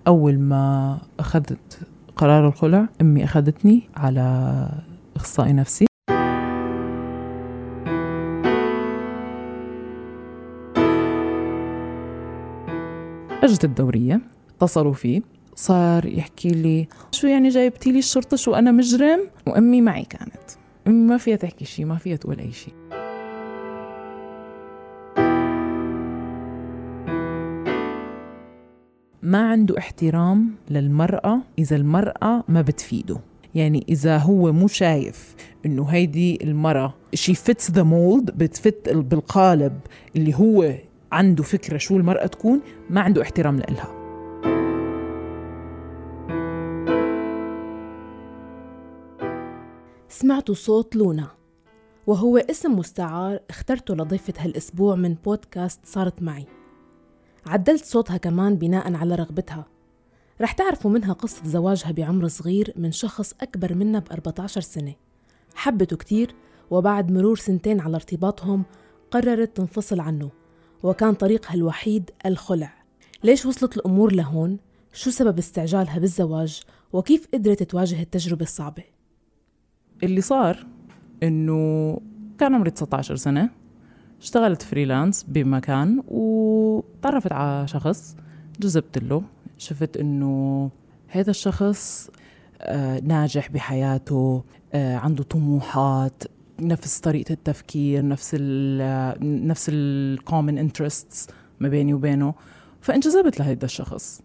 أول ما أخذت قرار الخلع أمي أخذتني على أخصائي نفسي. أجت الدورية، اتصلوا فيه، صار يحكي لي شو يعني جايبتي لي الشرطة، شو أنا مجرم؟ وأمي معي كانت، أمي ما فيها تحكي شيء، ما فيها تقول أي شيء. ما عنده احترام للمرأة إذا المرأة ما بتفيده. يعني إذا هو مو شايف إنه هيدي المرأة she fits the mold، بتفت بالقالب اللي هو عنده فكرة شو المرأة تكون، ما عنده احترام لإلها. سمعتوا صوت لونا، وهو اسم مستعار اخترته لضيفة هالأسبوع من بودكاست صارت معي. عدلت صوتها كمان بناء على رغبتها. رح تعرفوا منها قصة زواجها بعمر صغير من شخص أكبر منها ب14 سنة، حبته كتير، وبعد مرور 2 على ارتباطهم قررت تنفصل عنه، وكان طريقها الوحيد الخلع. ليش وصلت الأمور لهون؟ شو سبب استعجالها بالزواج؟ وكيف قدرت تواجه التجربة الصعبة؟ اللي صار إنه كان عمري 19 سنة، اشتغلت فريلانس بمكان وتعرفت على شخص، جذبت له، شفت إنه هذا الشخص ناجح بحياته، عنده طموحات، نفس طريقة التفكير، نفس ال common interests ما بيني وبينه، فانجذبت لهذا الشخص.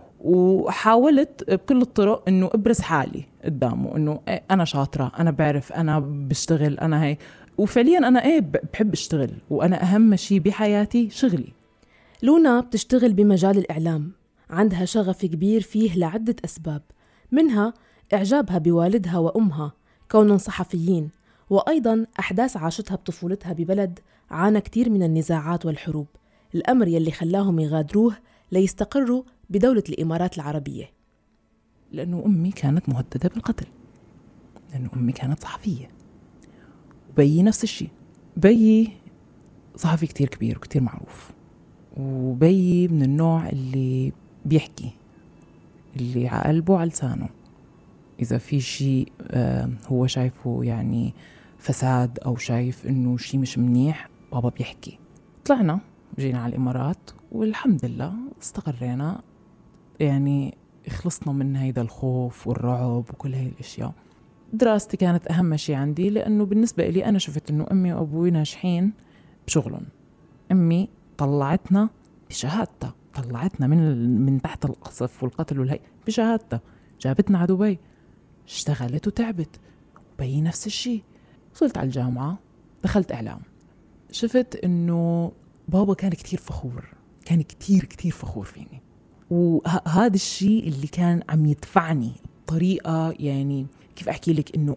وحاولت بكل الطرق إنه أبرز حالي قدامه، إنه أنا شاطرة، أنا بعرف، أنا بشتغل، أنا هي. وفعليا أنا بحب أشتغل، وأنا أهم شيء بحياتي شغلي. لونا بتشتغل بمجال الإعلام، عندها شغف كبير فيه لعدة أسباب، منها إعجابها بوالدها وأمها كونهم صحفيين، وأيضاً أحداث عاشتها بطفولتها ببلد عانى كتير من النزاعات والحروب، الأمر يلي خلاهم يغادروه ليستقروا بدولة الإمارات العربية. لأنه أمي كانت مهددة بالقتل، لأنه أمي كانت صحفية، وبيي نفس الشيء. بيي صحفي كتير كبير وكتير معروف، وبيي من النوع اللي بيحكي اللي على قلبه على لسانه. إذا في شيء هو شايفه يعني فساد أو شايف إنه شيء مش منيح، بابا بيحكي. طلعنا جينا على الإمارات والحمد لله استقرينا، يعني خلصنا من هيدا الخوف والرعب وكل هاي الأشياء. دراستي كانت أهم شيء عندي، لأنه بالنسبة لي أنا شفت إنه أمي وأبوي ناجحين بشغلهم. أمي طلعتنا بشهادتها، طلعتنا من تحت القصف والقتل والهي بشهادتها، جابتنا على دبي، اشتغلت وتعبت. وبي نفس الشيء. وصلت على الجامعة، دخلت إعلام، شفت إنه بابا كان كتير فخور، كان كتير فخور فيني، وهذا الشيء اللي كان عم يدفعني بطريقة، يعني كيف أحكي لك، إنه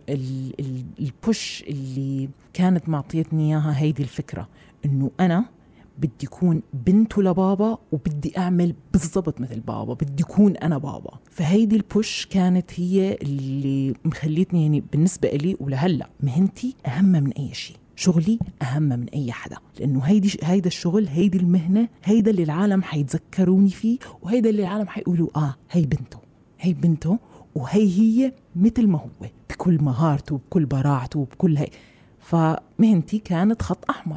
البوش اللي كانت معطيتني إياها هيدي الفكرة، إنه أنا بدي أكون بنته لبابا، وبدي أعمل بالضبط مثل بابا، بدي أكون أنا بابا. فهيدي البوش كانت هي اللي مخليتني، يعني بالنسبة لي ولهلأ مهنتي أهم من أي شيء، شغلي أهم من أي حدا، لأنه هيدا الشغل، هيدي المهنة، هيدا اللي العالم حيتذكروني فيه، وهيدا اللي العالم حيقولوا هي بنته وهي مثل ما هو، بكل مهارته وبكل براعته وبكل هي. فمهنتي كانت خط أحمر.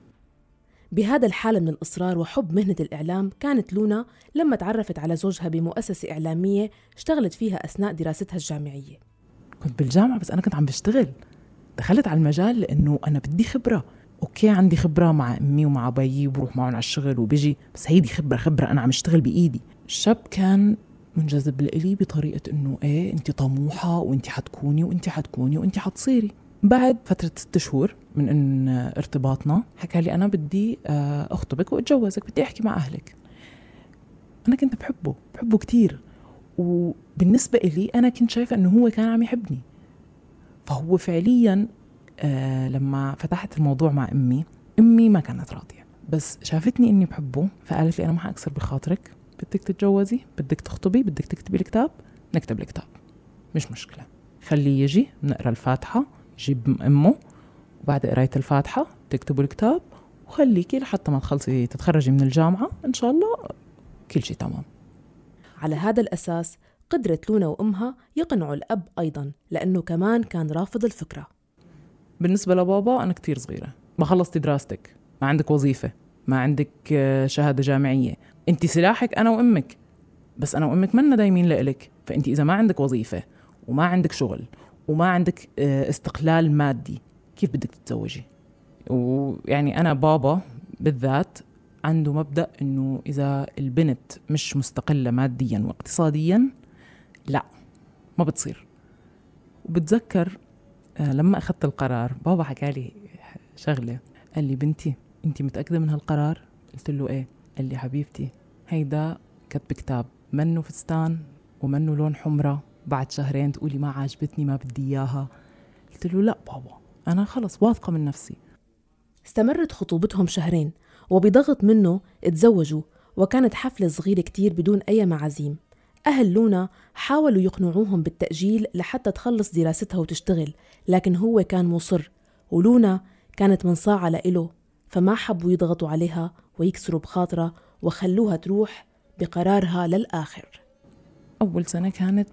بهذا الحالة من الإصرار وحب مهنة الإعلام، كانت لونا لما تعرفت على زوجها بمؤسسة إعلامية اشتغلت فيها أثناء دراستها الجامعية. كنت بالجامعة بس أنا كنت عم بشتغل، دخلت على المجال لأنه أنا بدي خبرة. أوكي عندي خبرة مع أمي ومع بيي، وبروح معهم على الشغل وبيجي، بس هيدي خبرة أنا عم اشتغل بإيدي. الشاب كان منجذب لإلي بطريقة إنه أنت طموحة، وأنت حتكوني وأنت حتكوني وأنت حتصيري. بعد فترة 6 شهور من إن ارتباطنا حكى لي أنا بدي أخطبك وأتجوزك، بدي أحكي مع أهلك. أنا كنت بحبه كتير، وبالنسبة إلي أنا كنت شايفة إنه هو كان عم يحبني. فهو فعليا لما فتحت الموضوع مع أمي ما كانت راضية، بس شافتني إني بحبه، فقالت لي أنا ما حأكسر بخاطرك، بدك تتجوزي، بدك تخطبي، بدك تكتبي الكتاب، نكتب الكتاب، مش مشكلة، خليه يجي نقرأ الفاتحة، جيب أمه، وبعد قراية الفاتحة تكتبوا الكتاب، وخليكي لحتى ما تخلصي تتخرجي من الجامعة إن شاء الله كل شيء تمام. على هذا الأساس قدرت لونا وأمها يقنعوا الأب أيضاً، لأنه كمان كان رافض الفكرة. بالنسبة لبابا أنا كتير صغيرة، ما خلصتي دراستك، ما عندك وظيفة، ما عندك شهادة جامعية، أنت سلاحك أنا وأمك، بس أنا وأمك منا دايمين لإلك. فأنت إذا ما عندك وظيفة وما عندك شغل وما عندك استقلال مادي، كيف بدك تتزوجي؟ ويعني أنا بابا بالذات عنده مبدأ إنه إذا البنت مش مستقلة ماديا واقتصاديا لا، ما بتصير. وبتذكر لما أخذت القرار بابا حكى لي شغلة، قال لي بنتي أنت متأكدة من هالقرار؟ قلت له إيه. قال لي حبيبتي هيدا كتب كتاب، منه فستان ومنه لون حمرة، بعد شهرين تقولي ما عاجبتني ما بدي إياها. قلت له لا بابا أنا خلص واثقة من نفسي. استمرت خطوبتهم شهرين، وبضغط منه اتزوجوا، وكانت حفلة صغيرة كتير بدون أي معازيم. أهل لونا حاولوا يقنعوهم بالتأجيل لحتى تخلص دراستها وتشتغل، لكن هو كان مصر، ولونا كانت منصاعة لإله، فما حبوا يضغطوا عليها ويكسروا بخاطرها وخلوها تروح بقرارها للآخر. أول سنة كانت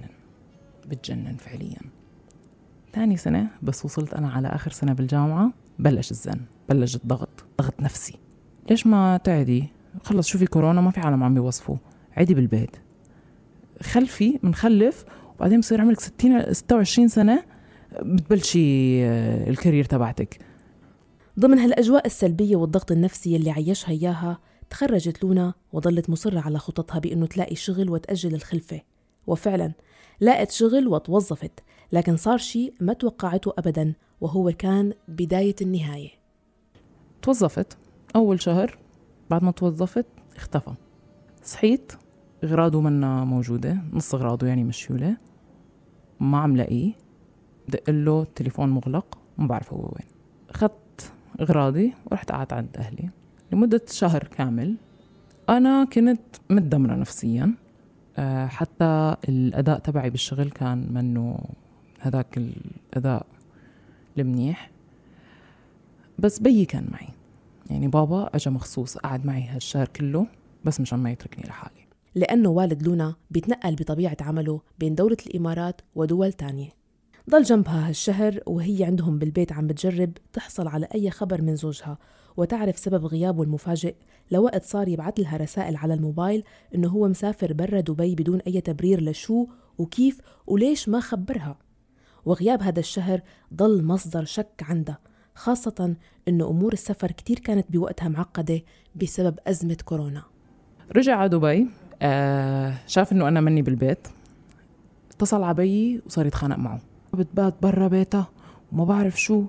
بتجنن فعليا. ثاني سنة بس وصلت أنا على آخر سنة بالجامعة بلش الزن، بلش ضغط نفسي. ليش ما تعدي؟ خلص شوفي كورونا ما في عالم عم بيوصفوا، عدي بالبيت، خلفي منخلف وبعدين بصير عمرك 26 سنة بتبلشي الكارير تبعتك. ضمن هالأجواء السلبية والضغط النفسي اللي عيشها إياها تخرجت لونا وظلت مصرة على خططها بأنه تلاقي شغل وتأجل الخلفة. وفعلا لاقت شغل وتوظفت، لكن صار شيء ما توقعته أبدا، وهو كان بداية النهاية. توظفت أول شهر، بعد ما توظفت اختفى. صحيت اغراضه منا موجودة، نص اغراضه يعني مشيولة، ما عم لاقيه، دقله التليفون مغلق ما بعرف هو وين. أخذت اغراضي ورحت قعدت عند أهلي لمدة شهر كامل. أنا كنت متدمرة نفسيا، حتى الأداء تبعي بالشغل كان منه هذاك الأداء المنيح. بس بيي كان معي، يعني بابا أجا مخصوص قعد معي هالشهر كله بس مشان ما يتركني لحالي، لأنه والد لونا بيتنقل بطبيعة عمله بين دولة الإمارات ودول تانية. ضل جنبها هالشهر وهي عندهم بالبيت عم بتجرب تحصل على أي خبر من زوجها وتعرف سبب غيابه المفاجئ، لوقت صار يبعث لها رسائل على الموبايل إنه هو مسافر برا دبي بدون أي تبرير لشو وكيف وليش ما خبرها. وغياب هذا الشهر ضل مصدر شك عندها، خاصة إنه أمور السفر كتير كانت بوقتها معقدة بسبب أزمة كورونا. رجع على دبي، شاف إنه أنا مني بالبيت، اتصل على بيي وصار يتخانق معه، بتبات برا بيته وما بعرف شو،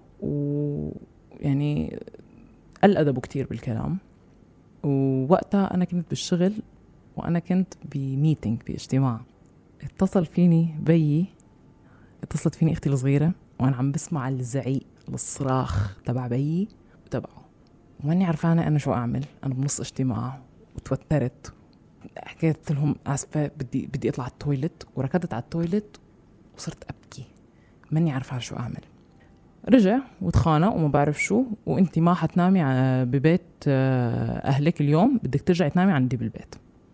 ويعني قل أدبه كتير بالكلام. ووقتها أنا كنت بالشغل وأنا كنت بميتينج باجتماع، اتصل فيني بيي، اتصلت فيني أختي الصغيرة وأنا عم بسمع الزعيق الصراخ تبع بيي وتبعه، وماني عرفانة أنا شو أعمل. أنا بنص اجتماع وتوترت، حكيت لهم آسفة بدي أطلع على التويلت، وركضت على التويلت وصرت أبكي، ماني عارفة شو أعمل. رجع وتخانق وما بعرف شو، وانتي ما حتنامي ببيت أهلك اليوم، بدك ترجعي تنامي عندي بالبيت.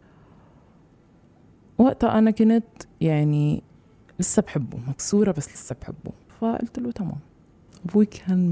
وقتها أنا كنت يعني لسه بحبه، مكسورة بس لسه بحبه، فقلت له تمام. أبوي كان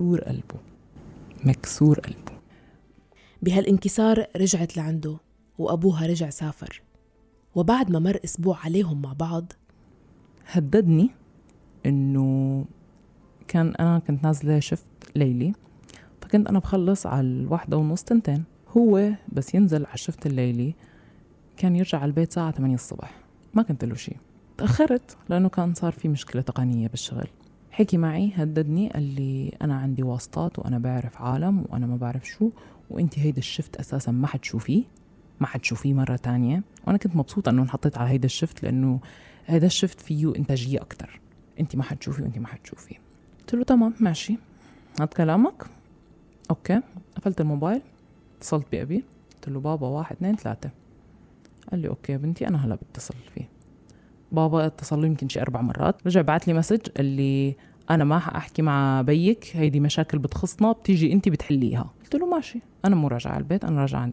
مكسور قلبه. بهالانكسار رجعت لعنده وأبوها رجع سافر، وبعد ما مر أسبوع عليهم مع بعض هددني إنه أنا كنت نازلة شفت ليلي، فكنت أنا بخلص على 1:30 2، هو بس ينزل على الشفت الليلي كان يرجع على البيت ساعة 8 الصبح. ما كنت له شيء، تأخرت لأنه كان صار في مشكلة تقنية بالشغل. حكي معي، هددني، قال لي أنا عندي واسطات وأنا بعرف عالم وأنا ما بعرف شو، وإنتي هيدا الشفت أساسا ما حتشوفيه مرة تانية. وأنا كنت مبسوطة أنه انحطيت على هيدا الشفت، لأنه هيدا الشفت فيه إنتاجية أكتر، إنتي ما حتشوفيه وإنتي ما حتشوفيه. قلت له تمام ماشي، هاد كلامك أوكي. قفلت الموبايل، اتصلت بأبي، قلت له بابا 1 2 3. قال لي أوكي بنتي أنا هلا بتصل فيه. بابا اتصل له يمكن شي 4 مرات، رجع بعت لي مسج قال لي أنا ما حأحكي مع بيك، هيدي مشاكل بتخصنا، بتيجي أنتي بتحليها. قلت له ماشي، أنا مو راجعة على البيت، أنا راجعة عند أمي.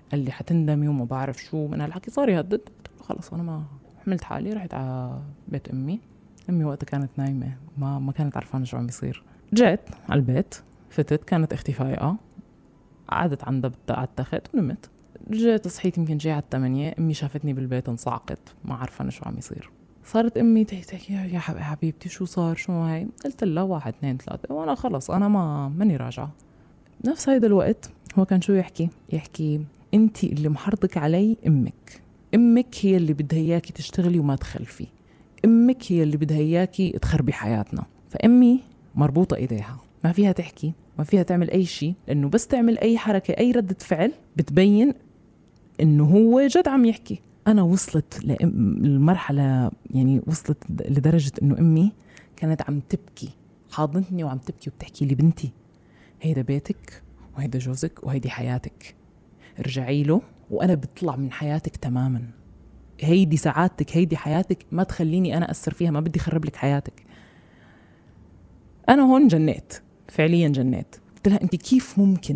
قال لي حتندمي وما بعرف شو من هالحكي، صار يهدد. قلت له خلص أنا ما حملت حالي، رحت على بيت أمي وقتها كانت نايمة، ما كانت عارفانة شو عم بيصير. جيت على البيت، فتت، كانت اختي فايقة، قعدت عندها على التخت ونمت. جيت صحيت يمكن جاي على 8، أمي شافتني بالبيت انصعقت، ما عارفة أنا شو عم يصير. صارت أمي تحكي يا حبيبتي شو صار شو هاي. قلت لها 1 2 3 وأنا خلص أنا ماني راجعة. نفس هيدا الوقت هو كان شو يحكي أنتي اللي محرضك علي أمك هي اللي بدها إياكي تشتغلي وما تخلفي، أمك هي اللي بدها إياكي تخربي حياتنا. فأمي مربوطة إيديها، ما فيها تحكي، ما فيها تعمل أي شيء، لأنه بس تعمل أي حركة أي ردة فعل بتبين إنه هو جد عم يحكي. أنا وصلت للمرحلة، يعني وصلت لدرجة إنه أمي كانت عم تبكي، حاضنتني وعم تبكي وبتحكي لي بنتي هيدا بيتك وهيدا جوزك وهيدي حياتك، ارجعي له وأنا بطلع من حياتك تماما، هيدي سعادتك هيدي حياتك، ما تخليني أنا أثر فيها، ما بدي خرب لك حياتك. أنا هون جنيت، فعليا جنيت. قلت لها أنت كيف ممكن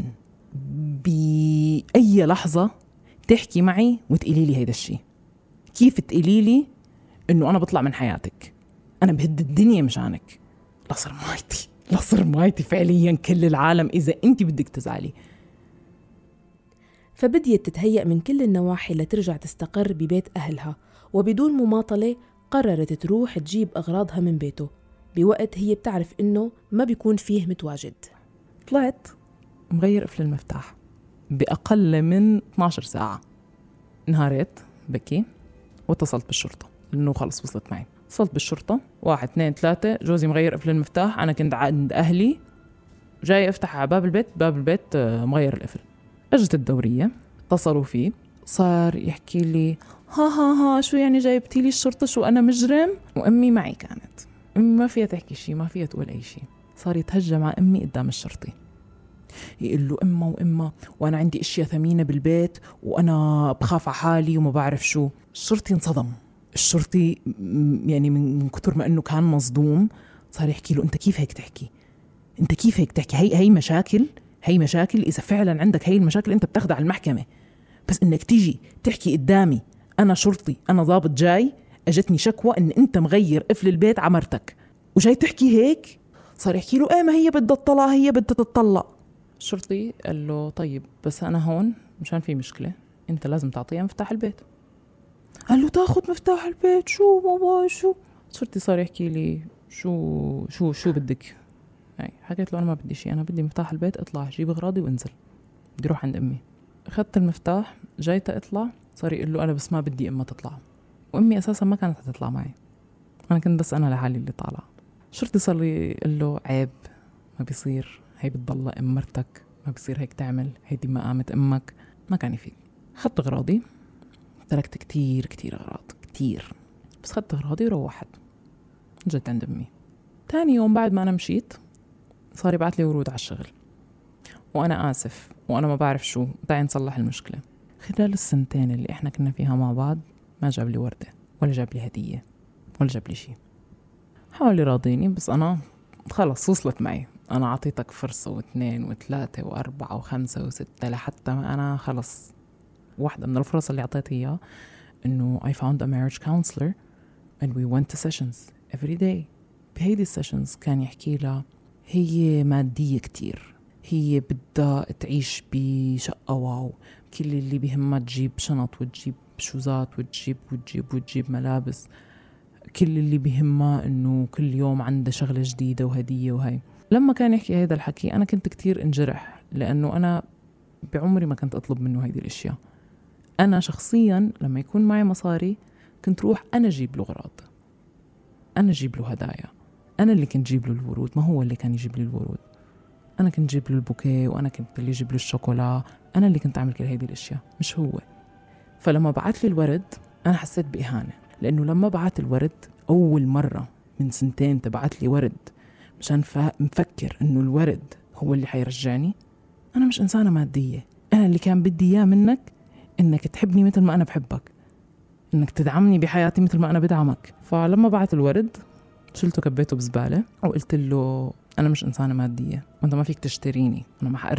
بأي لحظة تحكي معي وتقولي لي هيدا الشيء؟ كيف تقولي لي إنه أنا بطلع من حياتك؟ أنا بهد الدنيا مشانك، لا صر مايتي فعليا كل العالم إذا أنت بدك تزعلي. فبديت تتهيأ من كل النواحي لترجع تستقر ببيت أهلها، وبدون مماطلة قررت تروح تجيب أغراضها من بيته بوقت هي بتعرف إنه ما بيكون فيه متواجد. طلعت مغير قفل المفتاح بأقل من 12 ساعة. نهارت بكي واتصلت بالشرطة لأنه خلص وصلت معي. اتصلت بالشرطة 1 2 3 جوزي مغير قفل المفتاح، أنا كنت عند أهلي جاي أفتح على باب البيت مغير القفل. أجت الدورية اتصلوا فيه، صار يحكي لي ها شو يعني جايبتي لي الشرطة، شو أنا مجرم؟ وأمي معي كانت، أمي ما فيها تحكي شيء، ما فيها تقول أي شيء. صار يتهجم مع أمي قدام الشرطي، يقول له إما وأنا عندي أشياء ثمينة بالبيت وأنا بخاف على حالي وما بعرف شو. الشرطي انصدم، الشرطي يعني من كتر ما أنه كان مصدوم صار يحكي له أنت كيف هيك تحكي، أنت كيف هيك تحكي، هي مشاكل إذا فعلا عندك هي المشاكل أنت بتاخدها على المحكمة، بس إنك تيجي تحكي قدامي أنا شرطي أنا ضابط جاي أجتني شكوى إن أنت مغير قفل البيت عمرتك وجاي تحكي هيك. صار يحكي له ما هي بدها تطلع، هي بدها تطلق. الشرطي قال له طيب بس أنا هون مشان في مشكلة أنت لازم تعطيها مفتاح البيت. قال له تاخد مفتاح البيت شو بابا شو؟ الشرطي صار يحكي لي شو بدك؟ يعني حكيت له أنا ما بدي شيء، أنا بدي مفتاح البيت، اطلع جيب أغراضي وانزل، بدي روح عند أمي. أخذت المفتاح جايت أطلع، صار يقول له أنا بس ما بدي أمها تطلع، وأمي أساسا ما كانت هتطلع معي، أنا كنت بس أنا لحالي اللي طالعة. الشرطي صار يقول له عيب، ما بيصير، هي بتضل أم مرتك، ما بيصير هيك تعمل، هيدي ما قامت أمك، ما كان يفيد. أخذت أغراضي، تركت كتير أغراض كتير، بس أخذت أغراضي وروحت. جيت عند أمي تاني يوم بعد ما أنا مشيت صار يبعث لي ورود على الشغل، وأنا آسف وأنا ما بعرف شو، تعي نصلح المشكلة. خلال السنتين اللي إحنا كنا فيها مع بعض ما جاب لي وردة ولا جاب لي هدية ولا جاب لي شيء. حاول يراضيني بس أنا خلص وصلت معي، أنا عطيتك فرصة 2 و3 و4 و5 و6 لحتى ما أنا خلص. واحدة من الفرص اللي عطيتها إياه إنه I found a marriage counselor and we went to sessions every day. بهيدي السيشنز كان يحكي لها هي مادية كتير، هي بدها تعيش بشقة واو، كل اللي بيهمها تجيب شنط وتجيب شوزات وتجيب ملابس، كل اللي بيهمها إنه كل يوم عنده شغلة جديدة وهدية وهي. لما كان يحكي هيدا الحكي أنا كنت كتير انجرح، لأنه أنا بعمري ما كنت أطلب منه هيدي الأشياء. أنا شخصيا لما يكون معي مصاري كنت روح أنا أجيب له أغراض، أنا أجيب له هدايا، أنا اللي كنت جيب له الورود، ما هو اللي كان يجيب لي الورود. أنا كنت جيب له البوكيه وأنا كنت اللي جيب له الشوكولا، أنا اللي كنت أعمل كل هيدي الأشياء مش هو. فلما بعت لي الورد أنا حسيت بإهانة، لأنه لما بعت الورد أول مرة من 2 تبعت لي ورد مشان مفكر إنه الورد هو اللي حيرجعني. أنا مش إنسانة مادية، أنا اللي كان بدي إياه منك إنك تحبني مثل ما أنا بحبك، إنك تدعمني بحياتي مثل ما أنا بدعمك. فلما بعت الورد شلته كبيته بزبالة وقلت له أنا مش إنسانة مادية وأنت ما فيك تشتريني، أنا ما حأرجع،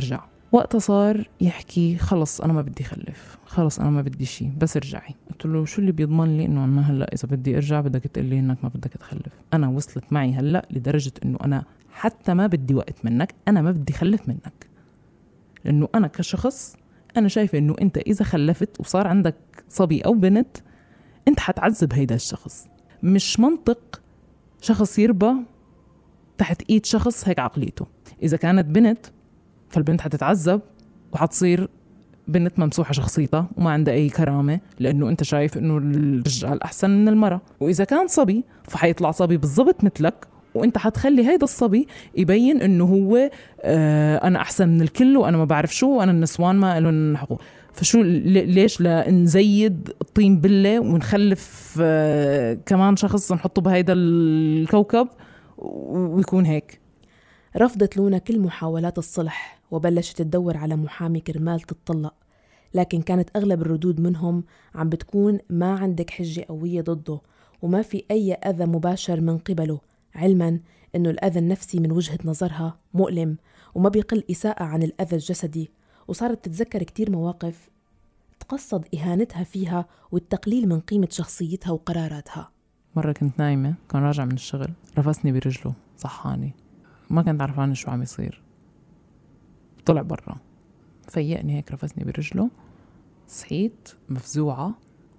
وقتها صار يحكي خلص أنا ما بدي خلف، خلص أنا ما بدي شيء، بس ارجعي. قلت له شو اللي بيضمن لي إنه أنا هلأ إذا بدي أرجع بدك تقلي إنك ما بدك تخلف؟ أنا وصلت معي هلأ لدرجة إنه أنا حتى ما بدي وقت منك، أنا ما بدي خلف منك، لأنه أنا كشخص أنا شايفة إنه أنت إذا خلفت وصار عندك صبي أو بنت أنت حتعذب هيدا الشخص. مش منطق شخص يربى تحت إيد شخص هيك عقليته. إذا كانت بنت فالبنت حتتعذب وحتصير بنت ممسوحة شخصيتها وما عندها أي كرامة، لأنه أنت شايف إنه الرجال أحسن من المرأة. وإذا كان صبي فحيطلع صبي بالضبط مثلك، وانت حتخلي هيدا الصبي يبين انه هو انا احسن من الكل وانا ما بعرف شو وانا النسوان ما لهم حقوق. فشو ليش لا نزيد الطين بلة ونخلف كمان شخص نحطه بهيدا الكوكب ويكون هيك؟ رفضت لونا كل محاولات الصلح وبلشت تدور على محامي كرمال تتطلق، لكن كانت أغلب الردود منهم عم بتكون ما عندك حجة قوية ضده وما في أي أذى مباشر من قبله، علماً أنه الأذى النفسي من وجهة نظرها مؤلم وما بيقل إساءة عن الأذى الجسدي. وصارت تتذكر كتير مواقف تقصد إهانتها فيها والتقليل من قيمة شخصيتها وقراراتها. مرة كنت نايمة، كان راجع من الشغل، رفسني برجله، صحاني، ما كنت عارفان شو عم يصير، طلع برا فيقني هيك، رفسني برجله، صحيت مفزوعة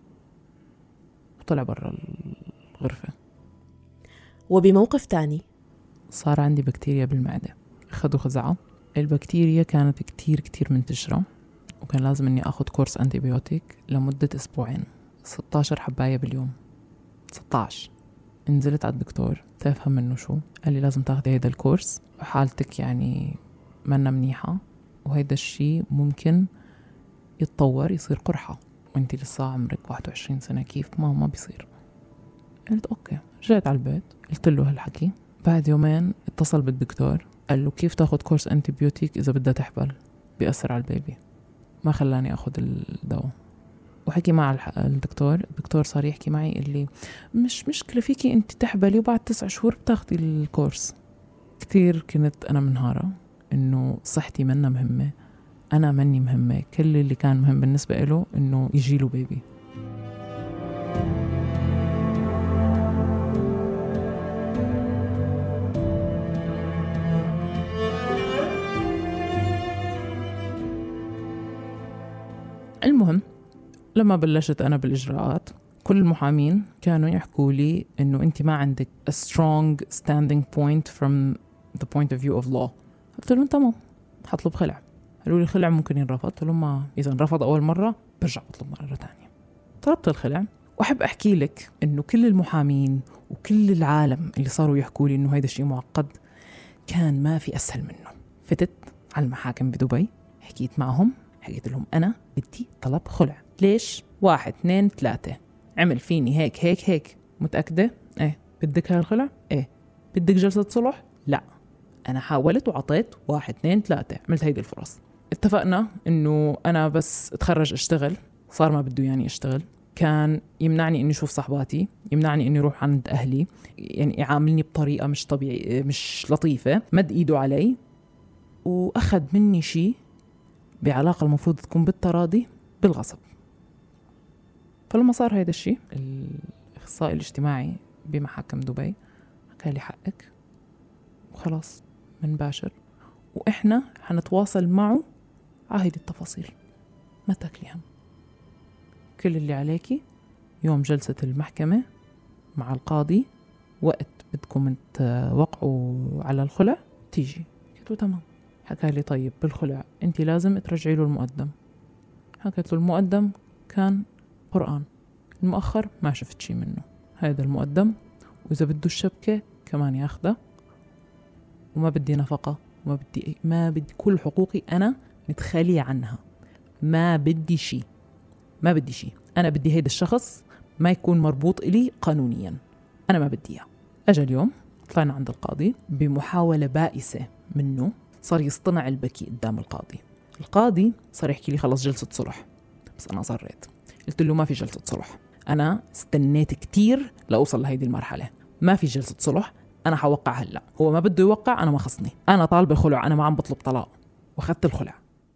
وطلع برا الغرفة. وبموقف تاني صار عندي بكتيريا بالمعدة، أخذوا خزعة، البكتيريا كانت كتير منتشرة وكان لازم أني أخذ كورس أنتيبيوتيك لمدة 2 أسبوع، 16 حباية باليوم، 16. نزلت على الدكتور تفهم منه شو، قال لي لازم تاخدي هيدا الكورس وحالتك يعني منا منيحة وهيدا الشي ممكن يتطور يصير قرحة وانتي لسه عمرك 21 سنة، كيف ما بيصير. قلت أوكي، رجعت على البيت قلت له هالحكي. بعد يومين اتصل بالدكتور قال له كيف تاخد كورس أنتيبيوتيك إذا بدها تحبل، بيأثر على البيبي. ما خلاني أخذ الدواء وحكي مع الدكتور صار يحكي معي اللي مش مشكلة فيكي انت تحبلي وبعد 9 شهور بتاخدي الكورس. كتير كنت أنا منهارة إنه صحتي منا مهمة، أنا مني مهمة، كل اللي كان مهم بالنسبة له إنه يجيله بيبي. المهم لما بلشت أنا بالإجراءات كل المحامين كانوا يحكوا لي إنه أنت ما عندك a strong standing point from the point of view of law. قلت لهم تمام، هطلب خلع. قالوا لي الخلع ممكن ينرفض. قلت لهم ما إذا انرفض أول مرة برجع بطلب مرة تانية. طلبت الخلع. وأحب أحكي لك إنه كل المحامين وكل العالم اللي صاروا يحكوا لي إنه هيدا الشيء معقد كان ما في أسهل منه. فتت على المحاكم بدبي، حكيت معهم، حكيت لهم أنا بدي طلب خلع. ليش؟ 1 2 3 عمل فيني هيك متأكدة؟ إيه. بدك هالخلع؟ إيه. بدك جلسة صلح؟ لا. أنا حاولت وعطيت 1 2 3 عملت هيدي الفرص. اتفقنا إنه أنا بس اتخرج اشتغل. صار ما بده يعني اشتغل، كان يمنعني إني أشوف صحباتي، يمنعني إني أروح عند أهلي، يعني يعاملني بطريقة مش طبيعية مش لطيفة، مد إيده علي وأخذ مني شيء بعلاقة المفروض تكون بالتراضي بالغصب. فلما صار هيدا الشيء الأخصائي الاجتماعي بمحاكم دبي قال لي حقك وخلاص منباشر وإحنا حنتواصل معه على هيدي التفاصيل، ما تاكلي هم. كل اللي عليكي يوم جلسة المحكمة مع القاضي وقت بدكم توقعوا على الخلع تيجي. قلت له تمام. حكى لي طيب بالخلع انت لازم ترجعي له المقدم. حكيت له المقدم كان قرآن، المؤخر ما شفت شي منه، هذا المقدم، وإذا بده الشبكة كمان ياخده، وما بدي نفقة ما بدي كل حقوقي أنا متخالية عنها، ما بدي شي. أنا بدي هيدا الشخص ما يكون مربوط إلي قانونيا، أنا ما بدي إياه. أجا اليوم طلعنا عند القاضي بمحاولة بائسة منه، صار يصطنع البكي قدام القاضي صار يحكي لي خلص جلسة صلح، بس أنا صريت قلت له ما في جلسة صلح، أنا استنيت كتير لأوصل لهيدي المرحلة، ما في جلسة صلح، أنا حوقع هلأ. هو ما بده يوقع، أنا ما خصني، أنا طالبة خلع، أنا ما عم بطلب طلاق، وأخذت الخلع.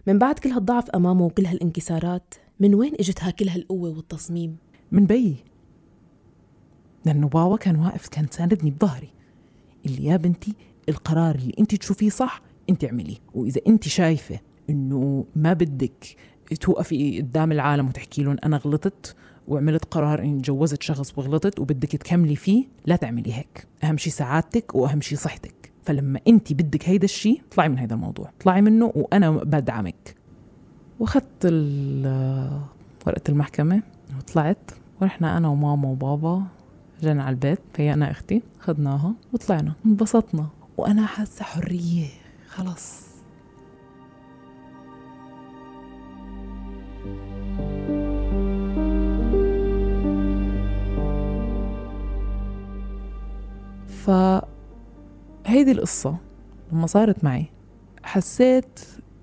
من بعد كل هالضعف أمامه وكل هالانكسارات، من وين إجتها كل هالقوة والتصميم؟ من بيي، لأنه بابا كان واقف، كان ساندني بظهري، اللي يا بنتي القرار اللي انت تشوفيه صح انت اعمليه، وإذا انت شايفة انه ما بدك توقفي قدام العالم وتحكي لهم أنا غلطت وعملت قرار إني تجوزت شخص وغلطت وبدك تكملي فيه، لا تعملي هيك. أهم شي سعادتك وأهم شي صحتك. فلما أنت بدك هيدا الشي طلعي من هيدا الموضوع، طلعي منه وأنا بدعمك. وأخذت ورقة المحكمة وطلعت، ورحنا أنا وماما وبابا جينا على البيت، فيانا أختي خدناها وطلعنا انبسطنا، وأنا حاسة حرية خلاص. فهيدي القصة لما صارت معي حسيت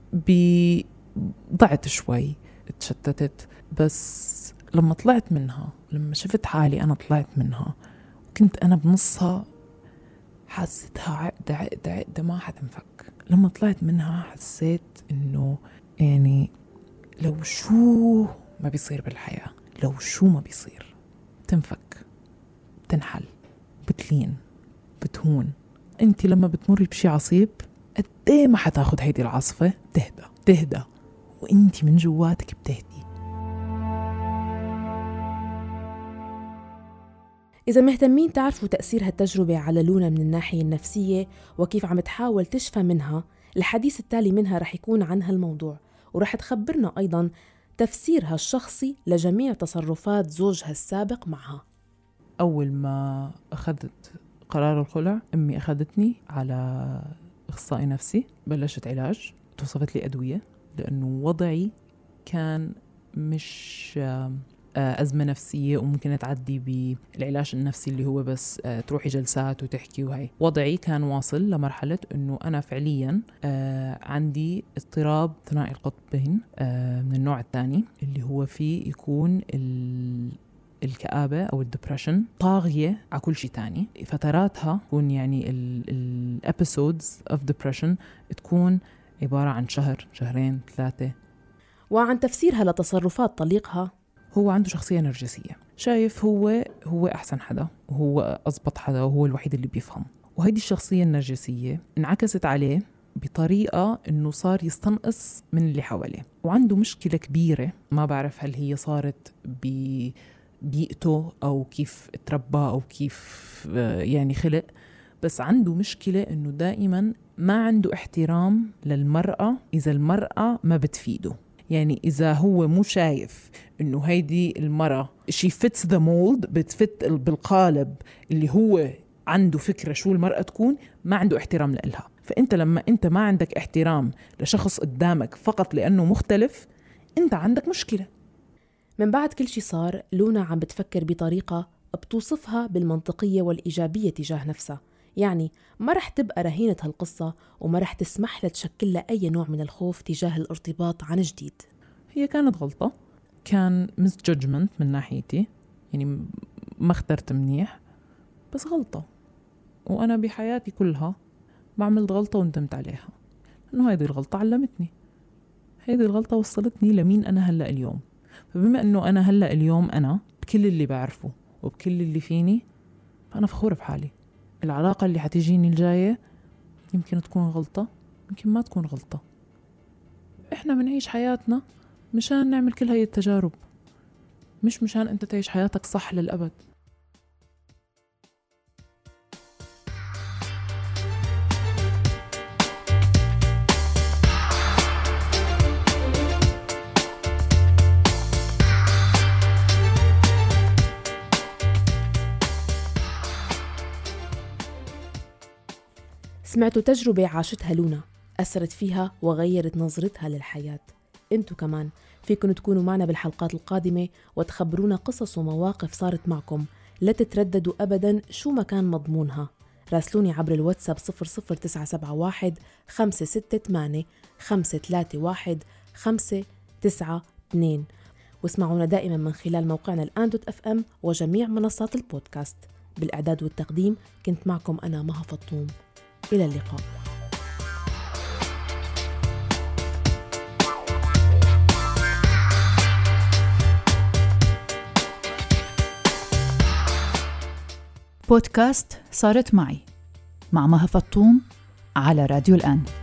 ضعت شوي، اتشتتت، بس لما طلعت منها، لما شفت حالي أنا طلعت منها وكنت أنا بنصها، حسيتها عقدة ما حتنفك. لما طلعت منها حسيت إنه يعني لو شو ما بيصير بالحياة، لو شو ما بيصير تنفك، تنحل، بتلين، بتهون. انت لما بتمري بشي عصيب قديه ما حتاخد هيدي العاصفة تهدى وانت من جواتك بتهدي. إذا مهتمين تعرفوا تأثير هالتجربة على لونا من الناحية النفسية وكيف عم تحاول تشفى منها، الحديث التالي منها رح يكون عن هالموضوع، ورح تخبرنا أيضاً تفسيرها الشخصي لجميع تصرفات زوجها السابق معها. أول ما أخذت قرار الخلع، أمي أخذتني على أخصائي نفسي، بلشت علاج، توصفت لي أدوية، لأنه وضعي كان مش أزمة نفسية وممكن تعدي بالعلاج النفسي اللي هو بس تروحي جلسات وتحكي، وهي وضعي كان واصل لمرحلة أنه أنا فعليا عندي اضطراب ثنائي القطبين من النوع الثاني، اللي هو فيه يكون الكآبة أو الدبريشن طاغية على كل شيء تاني. فتراتها تكون يعني الابيسودز of depression تكون عبارة عن شهر، شهرين، 3. وعن تفسيرها لتصرفات طليقها. هو عنده شخصية نرجسية، شايف هو أحسن حدا وهو أضبط حدا وهو الوحيد اللي بيفهم، وهيدي الشخصية النرجسية انعكست عليه بطريقة إنه صار يستنقص من اللي حواليه، وعنده مشكلة كبيرة ما بعرف هل هي صارت بيئته أو كيف اتربى أو كيف يعني خلق، بس عنده مشكلة إنه دائما ما عنده احترام للمرأة إذا المرأة ما بتفيده. يعني إذا هو مو شايف إنه هيدي المرأة she fits the mold، بتفت بالقالب اللي هو عنده فكرة شو المرأة تكون، ما عنده احترام لها. فأنت لما أنت ما عندك احترام لشخص قدامك فقط لأنه مختلف، أنت عندك مشكلة. من بعد كل شي صار، لونا عم بتفكر بطريقة بتوصفها بالمنطقية والإيجابية تجاه نفسها، يعني ما رح تبقى رهينة هالقصة وما رح تسمح لها تشكل لها أي نوع من الخوف تجاه الارتباط عن جديد. هي كانت غلطة، كان misjudgment من ناحيتي، يعني ما اخترت منيح، بس غلطة، وأنا بحياتي كلها ما عملت غلطة وندمت عليها، لأنه هذه الغلطة علمتني، هذه الغلطة وصلتني لمين أنا هلأ اليوم. فبما أنه أنا هلأ اليوم أنا بكل اللي بعرفه وبكل اللي فيني، فأنا فخورة بحالي. العلاقة اللي حتجيني الجاية يمكن تكون غلطة، يمكن ما تكون غلطة. إحنا بنعيش حياتنا مشان نعمل كل هاي التجارب، مش مشان أنت تعيش حياتك صح للأبد. سمعتوا تجربة عاشتها لونا أثرت فيها وغيرت نظرتها للحياة. انتوا كمان فيكن تكونوا معنا بالحلقات القادمة وتخبرونا قصص ومواقف صارت معكم، لا تترددوا أبدا شو ما كان مضمونها. راسلوني عبر الواتساب 00971 568 531 592، واسمعونا دائما من خلال موقعنا الآن.fm وجميع منصات البودكاست. بالإعداد والتقديم كنت معكم أنا مها فطوم. إلى اللقاء. بودكاست صارت معي مع مها فطوم على راديو الآن.